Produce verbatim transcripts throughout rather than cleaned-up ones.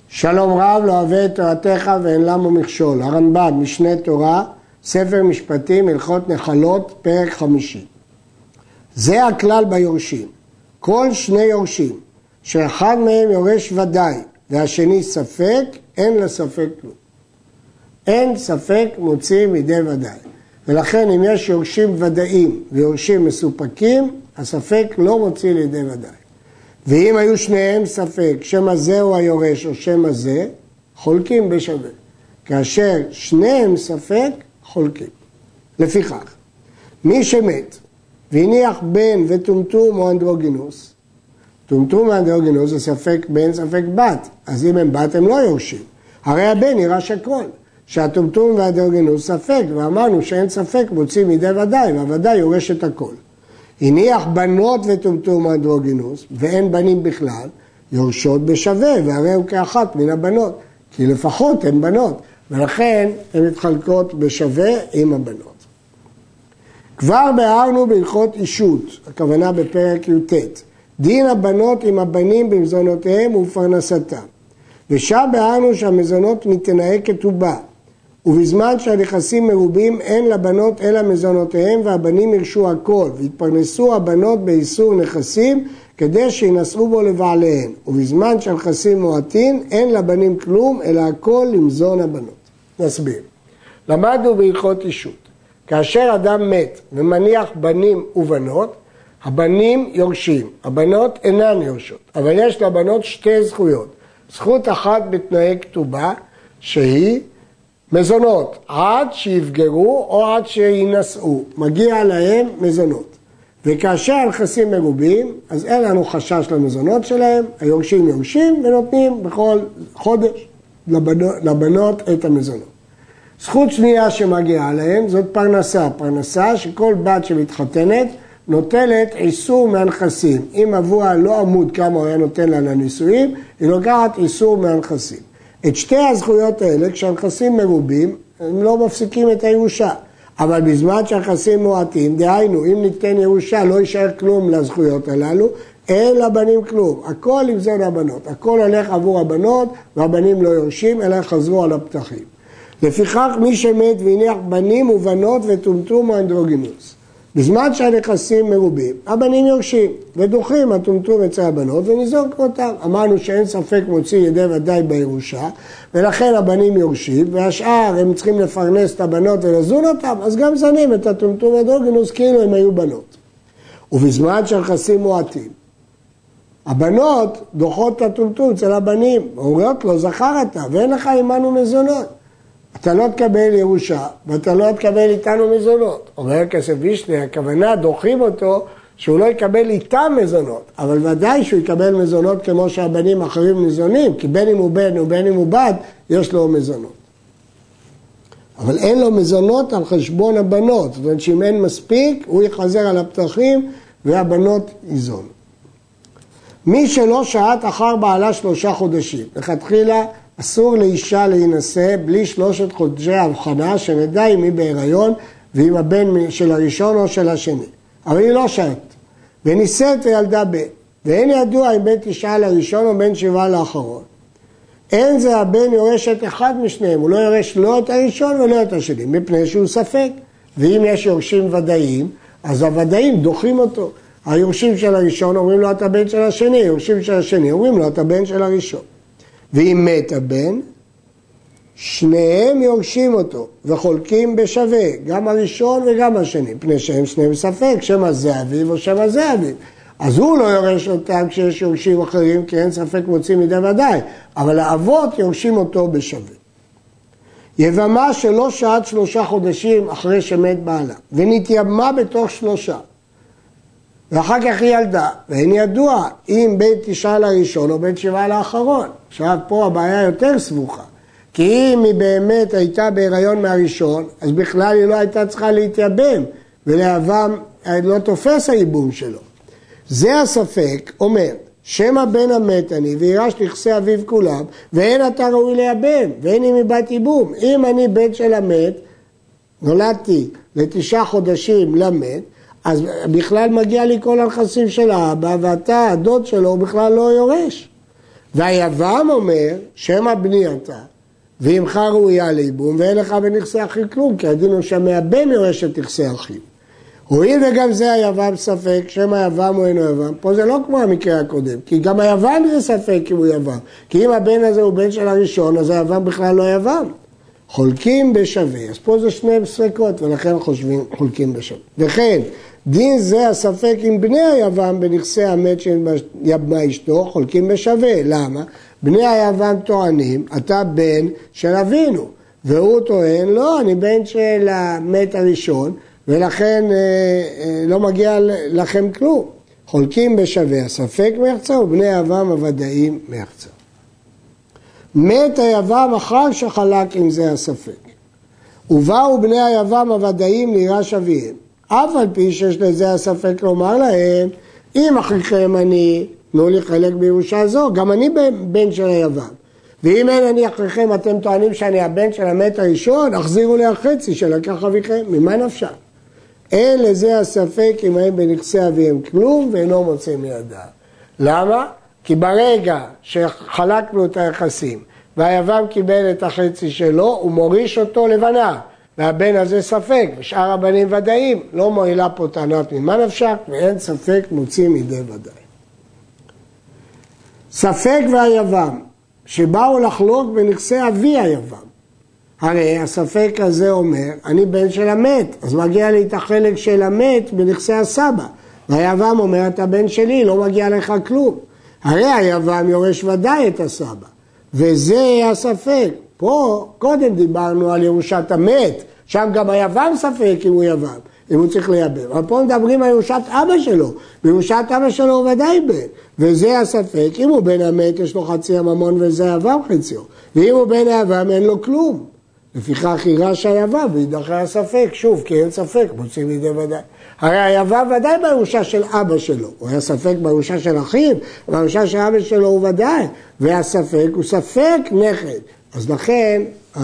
שלום רב לא אוהב את תורתך ואין למו מכשול. הרמב"ם, משנה תורה, ספר משפטים, הלכות נחלות, פרק חמישי. זה הכלל ביורשים. כל שני יורשים, שאחד מהם יורש ודאי והשני ספק, אין לספק כלום. אין ספק מוציא מידי ודאי. ולכן אם יש יורשים ודאים ויורשים מסופקים, הספק לא מוציא לידי ודאי. ואם היו שניהם ספק, שם הזה הוא היורש או שם הזה, חולקים בשווה. כאשר שניהם ספק, חולקים. לפיכך, מי שמת והניח בן וטומטום או אנדרוגינוס, טומטום ואנדרוגינוס זה ספק בן, ספק בת, אז אם הם בת הם לא יורשים. הרי הבן ירש הכל, שהטומטום והאנדרוגינוס ספק, ואמרנו שאין ספק מוציא מידי ודאי, והוודאי יורש את הכל. הניח בנות וטומטום ואנדרוגינוס, ואין בנים בכלל, יורשות בשווה, והרי הוא כאחת מן הבנות, כי לפחות הן בנות, ולכן הן מתחלקות בשווה עם הבנות. כבר ביארנו בהלכות אישות, הכוונה בפרק י"ט, דין הבנות עם הבנים במזונותיהם ופרנסתם. ושם ביארנו שהמזונות מתנאי כתובה, ובזמן שהנכסים מרובים אין לבנות אלא מזונותיהם והבנים ירשו הכל, והתפרנסו הבנות באיסור נכסים כדי שינסרו בו לבעליהם, ובזמן שהנכסים מועטים אין לבנים כלום אלא הכל למזון הבנות. נסביר. למדנו בהלכות אישות, כאשר אדם מת ומניח בנים ובנות, הבנים יורשים, הבנות אינן יורשות, אבל יש לבנות שתי זכויות. זכות אחת בתנאי כתובה שהיא מזונות, עד שיפגרו או עד שינסעו, מגיע להם מזונות. וכאשר הנכסים מרובים, אז אין לנו חשש למזונות שלהם, היורשים יורשים ונותנים בכל חודש לבנות, לבנות את המזונות. זכות שנייה שמגיעה להם זאת פרנסה, פרנסה שכל בת שמתחתנת נוטלת איסור מהנכסים. אם אבוה לא עמוד כמה הוא היה נותן לה לנישואים, היא לוקחת איסור מהנכסים. את שתי הזכויות האלה, כשהנכסים מרובים, הם לא מפסיקים את הירושה. אבל בזמן שהנכסים מועטים, דהיינו, אם ניתן ירושה, לא יישאר כלום לזכויות הללו, אין לבנים כלום. הכל למזון הבנות. הכל הולך עבור הבנות, והבנים לא יורשים, אלא חזרו על הפתחים. לפיכך, מי שמת והניח בנים ובנות וטומטום האנדרוגינוס. בזמן שהנכסים מרובים, הבנים יורשים, ודוחים הטומטום אצל הבנות וניזון כמותם. אמרנו שאין ספק מוציא ידי ודאי בירושה, ולכן הבנים יורשים, והשאר הם צריכים לפרנס את הבנות ולזון אותם, אז גם זנים את הטומטום והאנדרוגינוס כאילו הם היו בנות. ובזמן שהנכסים מועטים, הבנות דוחות את הטומטום אצל הבנים, אומרות לו, זכר אתה, ואין לך עמנו מזונות. אתה לא תקבל ירושה, ואתה לא תקבל איתנו מזונות. אומר כסף וישנה, הכוונה דוחים אותו שהוא לא יקבל איתם מזונות, אבל ודאי שהוא יקבל מזונות כמו שהבנים אחרים מזונים, כי בין אם הוא בן ובין אם הוא בת, יש לו מזונות. אבל אין לו מזונות על חשבון הבנות, זאת אומרת שאם אין מספיק, הוא יחזר על הפתחים והבנות יזון. מי שלא שעת אחר בעלה שלושה חודשים, לכתחילה אסור לאישה להינשא בלי שלושת חודשי הבחנה, שנדע אם היא בהיריון ואם הבן של הראשון או של השני. אבל היא לא שעת, ונישאת וילדה בן, ואין ידוע אם בן תשעה לראשון או בן שבעה לאחרון. אין זה הבן יורש את אחד משניהם, הוא לא יורש לא את הראשון ולא את השני, מפני שהוא ספק. ואם יש יורשים ודאיים, אז הוודאים דוחים אותו. היורשים של הראשון אומרים לו אתה בן של השני, היורשים של השני אומרים לו אתה בן של הראשון. ואם מת הבן, שניהם יורשים אותו וחולקים בשווה, גם הראשון וגם השני, פני שהם שניהם ספק, שם הזה אביו או שם הזה אביו. אז הוא לא יורש אותם כשיש יורשים אחרים, כי אין ספק מוציא מידי ודאי, אבל האבות יורשים אותו בשווה. יבמה שלא שעת שלושה חודשים אחרי שמת בעלה, ונתייבמה בתוך שלושה. ואחר כך היא ילדה, ואין ידוע אם בן תשעה לראשון או בן שבעה לאחרון. עכשיו פה הבעיה יותר סבוכה, כי אם היא באמת הייתה בהיריון מהראשון, אז בכלל היא לא הייתה צריכה להתייבם, ולאבם לא תופס הייבום שלו. זה הספק אומר, שם הבן המת אני, וירש נכסי אביו כולם, ואין אתה ראוי לייבם, ואין אם היא בת ייבום. אם אני בן של המת, נולדתי לתשעה חודשים למת, אז בכלל מגיע לי כל הנכסים של האבא, ואתה, הדוד שלו, הוא בכלל לא יורש. והיבם אומר, שמא בני אתה, ואמך ראויה ליבום, ואין לך בנכסי אחיו כלום, כי הדין הוא שהמאבן יורש את נכסי אחיו. הואיל וגם זה היבם ספק, שמא היבם או אינו יבם, פה זה לא כמו המקרה הקודם, כי גם היבם זה ספק אם הוא יבם, כי אם הבן הזה הוא בן של הראשון, אז היבם בכלל לא יבם. חולקים בשווה, אז פה זה שני ספקות, ולכן חושבים חולקים בשווה. וכן, דין זה הספק עם בני היבם בנכסי המת שיבמה אשתו, חולקים בשווה. למה? בני היבם טוענים, אתה בן של אבינו, והוא טוען, לא, אני בן של המת הראשון, ולכן אה, אה, לא מגיע לכם כלום. חולקים בשווה, הספק מחצה ובני היבם הוודאים מחצה. מת היבם אחר שחלק עם זה הספק. ובאו בני היבם הוודאים לירש אביהם. אף על פי שיש לזה הספק לומר להם, אם אחיכם אני, תנו לי חלק בירושה זו, גם אני בן של היבם. ואם אין אני אחיכם, אתם טוענים שאני הבן של המת הראשון, החזירו לי החצי שלקח אביכם, ממה נפשם? אין לזה הספק אם הם בנכסי אביהם כלום ואינו מוצא מידע. למה? כי ברגע שחלקנו את היחסים והיבם קיבל את החצי שלו, הוא מוריש אותו לבניו. והבן הזה ספק, ושאר הבנים ודאים, לא מועילה פה טענת ממה נפשך, ואין ספק מוציא מידי ודאי. ספק והיבם, שבאו לחלוק בנכסי אבי היבם. הרי הספק הזה אומר, אני בן של המת, אז מגיע לי את החלק של המת בנכסי הסבא. והיבם אומר, אתה בן שלי, לא מגיע לך כלום. הרי היבם יורש ודאי את הסבא, וזה הספק. פה קודם דיברנו על ירושת המת, שם גם היבם ספק אם הוא יבם, אם הוא צריך לייבם. אבל פה מדברים על ירושת אבא שלו, בירושת אבא שלו הוא ודאי בן, וזה הספק, אם הוא בן המת יש לו חצי הממון וזה היבם חציו, ואם הוא בן היבם אין לו כלום. לפיכך יירש היבם וידחה הספק, שוב, כי אין ספק, מוצאים לידי ודאי. הרי היבם ודאי בירושה של אבא שלו, הוא היה ספק בירושה של אחיו, בירושה של אבא שלו הוא ודאי, והספק הוא ספק נכד. אז לכן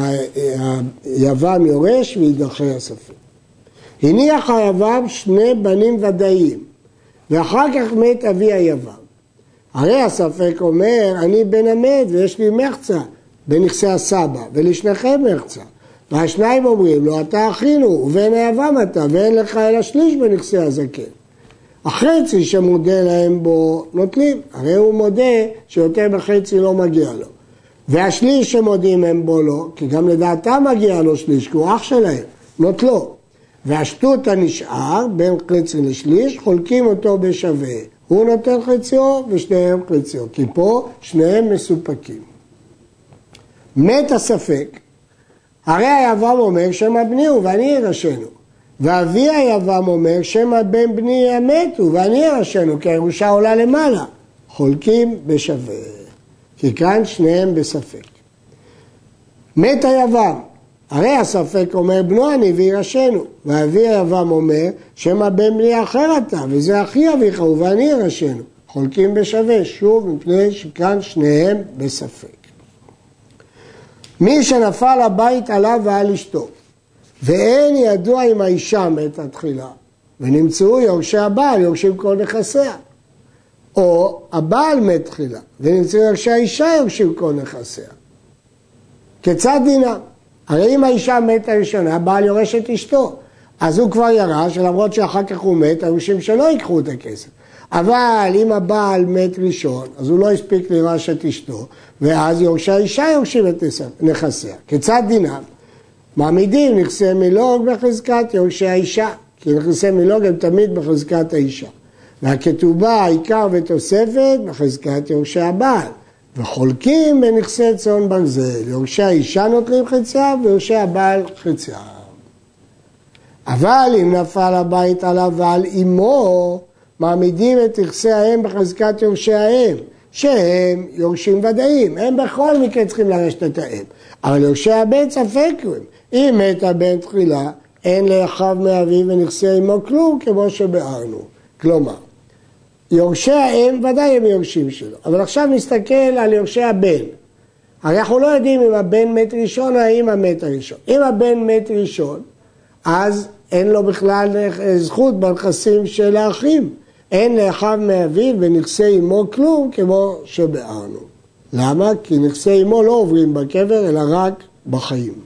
היבם יורש וידחה הספק. הניח היבם שני בנים ודאיים, ואחר כך מת אבי היבם. הרי הספק אומר, אני בן המת ויש לי מחצה בנכסי הסבא, ולשניכם מחצה. והשניים אומרים לו, אתה אחינו, ובן היבם אתה, ואין לך אלא שליש בנכסי הזקן. החצי שמודה להם בו נוטלים, הרי הוא מודה שיותר בחצי לא מגיע לו. והשליש שמודים הם בו לא, כי גם לדעתם מגיע לו שליש, כי הוא אח שלהם, נוטלו. והשטות הנשאר, בין חצי לשליש, חולקים אותו בשווה. הוא נוטל חציו ושניהם חציו, כי פה שניהם מסופקים. מת הספק, הרי היבם אומר שמא בני הוא ואני ירשנו. ואבי היבם אומר שמא בן בני המתו ואני ירשנו, כי הירושה עולה למעלה. חולקים בשווה. כי כאן שניהם בספק. מת היבם, הרי הספק אומר בנו אני וירשנו, ואבי היבם אומר שמא בן בני אחר אתה, וזה אחי אביך ואני ירשנו. חולקים בשווה, שוב מפני שכאן שניהם בספק. מי שנפל הבית עליו ועל אשתו, ואין ידוע אם האישה מתה תחילה, ונמצאו יורשי הבעל, יורשים כל נכסיה. או הבעל מת תחילה, ונמצאו יורשי האישה יורשים כל נכסיה. כיצד דינה? הרי אם האישה מתה ראשונה, הבעל יורש את אשתו. אז הוא כבר ירש, למרות שאחר כך הוא מת, היורשים שלא ייקחו את הכסף. אבל אם הבעל מת ראשון, אז הוא לא הספיק לירש את אשתו, ואז יורשי האישה יורשים את נכסיה. כיצד דינם? מעמידים נכסי מילוג בחזקת יורשי האישה, כי נכסי מילוג הם תמיד בחזקת האישה. והכתובה העיקר ותוספת בחזקת יורשי הבעל. וחולקים בנכסי צאן ברזל, יורשי האישה נוטלים חציה ויורשי הבעל חציה. אבל אם נפל הבית עליו ועל אמו, מעמידים את נכסי האם בחזקת יורשי האם, שהם יורשים ודאים, הם בכל מקרה צריכים לרשת את האם. אבל יורשי הבן ספק הם, אם מת הבן תחילה, אין לאחיו מאביו ונכסי אמו כלום, כמו שבארנו. כלומר, יורשי האם ודאי הם יורשים שלו, אבל עכשיו נסתכל על יורשי הבן. הרי אנחנו לא יודעים אם הבן מת ראשון או האמא מת הראשון. אם הבן מת ראשון, אז אין לו בכלל זכות בנכסים של האחים. אין לאחיו מאביו ונכסי אמו כלום, כמו שבארנו. למה? כי נכסי אמו לא עוברים בקבר, אלא רק בחיים.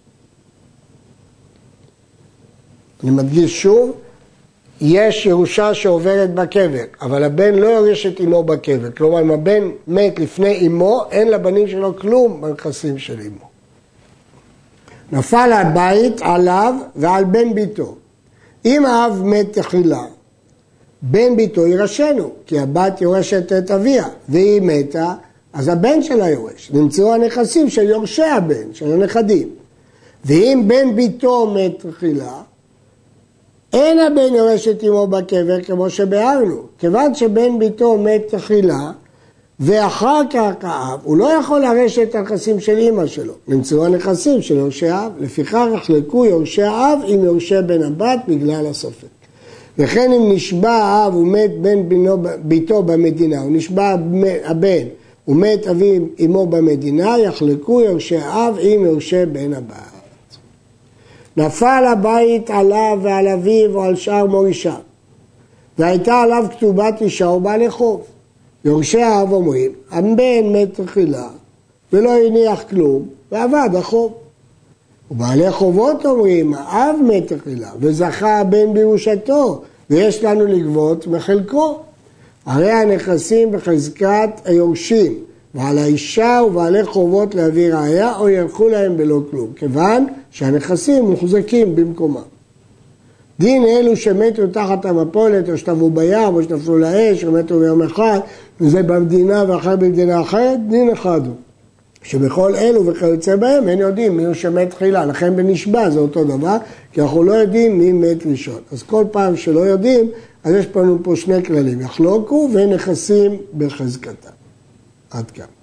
אני מדגיש שוב, יש ירושה שעוברת בקבר, אבל הבן לא יורש את אמו בקבר. כלומר, אם הבן מת לפני אמו, אין לבנים שלו כלום בנכסים של אמו. נפל הבית עליו ועל בן ביתו. אם האב מת תחילה, בן ביתו ירשנו, כי הבת יורשת את אביה, והיא מתה, אז הבן שלה יורש. נמצאו הנכסים של יורשי הבן, של הנכדים. ואם בן ביתו מת תחילה, אין הבן יורש את אמו בקבר כמו שבארנו. כיוון שבן ביתו מת תחילה, ואחר כך האב, הוא לא יכול לרש את הנכסים של אמא שלו. נמצאו הנכסים של יורשי האב, לפיכך יחלקו יורשי האב עם יורשי בן הבת בגלל הספק. וכן אם נשבע האב ומת בן בינו, ביתו במדינה, הוא נשבע הבן ומת אביו אמו במדינה, יחלקו יורשי האב עם יורשי בן הבת. נפל הבית עליו ועל אביו או על שאר מורישיו, והייתה עליו כתובת אישה או בעלי חוב. יורשי האב אומרים, הבן מת תחילה ולא הניח כלום, ועבד החוב. ובעלי חובות אומרים, האב מת תחילה וזכה הבן בירושתו, ויש לנו לגבות מחלקו. הרי הנכסים בחזקת היורשים, ועל האישה ובעלי חובות להביא ראיה, או ילכו להם בלא כלום, כיוון שהנכסים מוחזקים במקומם. דין אלו שמתו תחת המפולת, או שטבעו בים, או שטפלו לאש, או מתו ביום אחד, וזה במדינה ואחר במדינה אחרת, דין אחד הוא. שבכל אלו וכיוצא בהם אין יודעים מי הוא שמת תחילה, לכן בנשבע זה אותו דבר, כי אנחנו לא יודעים מי מת ראשון. אז כל פעם שלא יודעים, אז יש לנו פה שני כללים, יחלוקו ונכסים בחזקתם. עד כאן.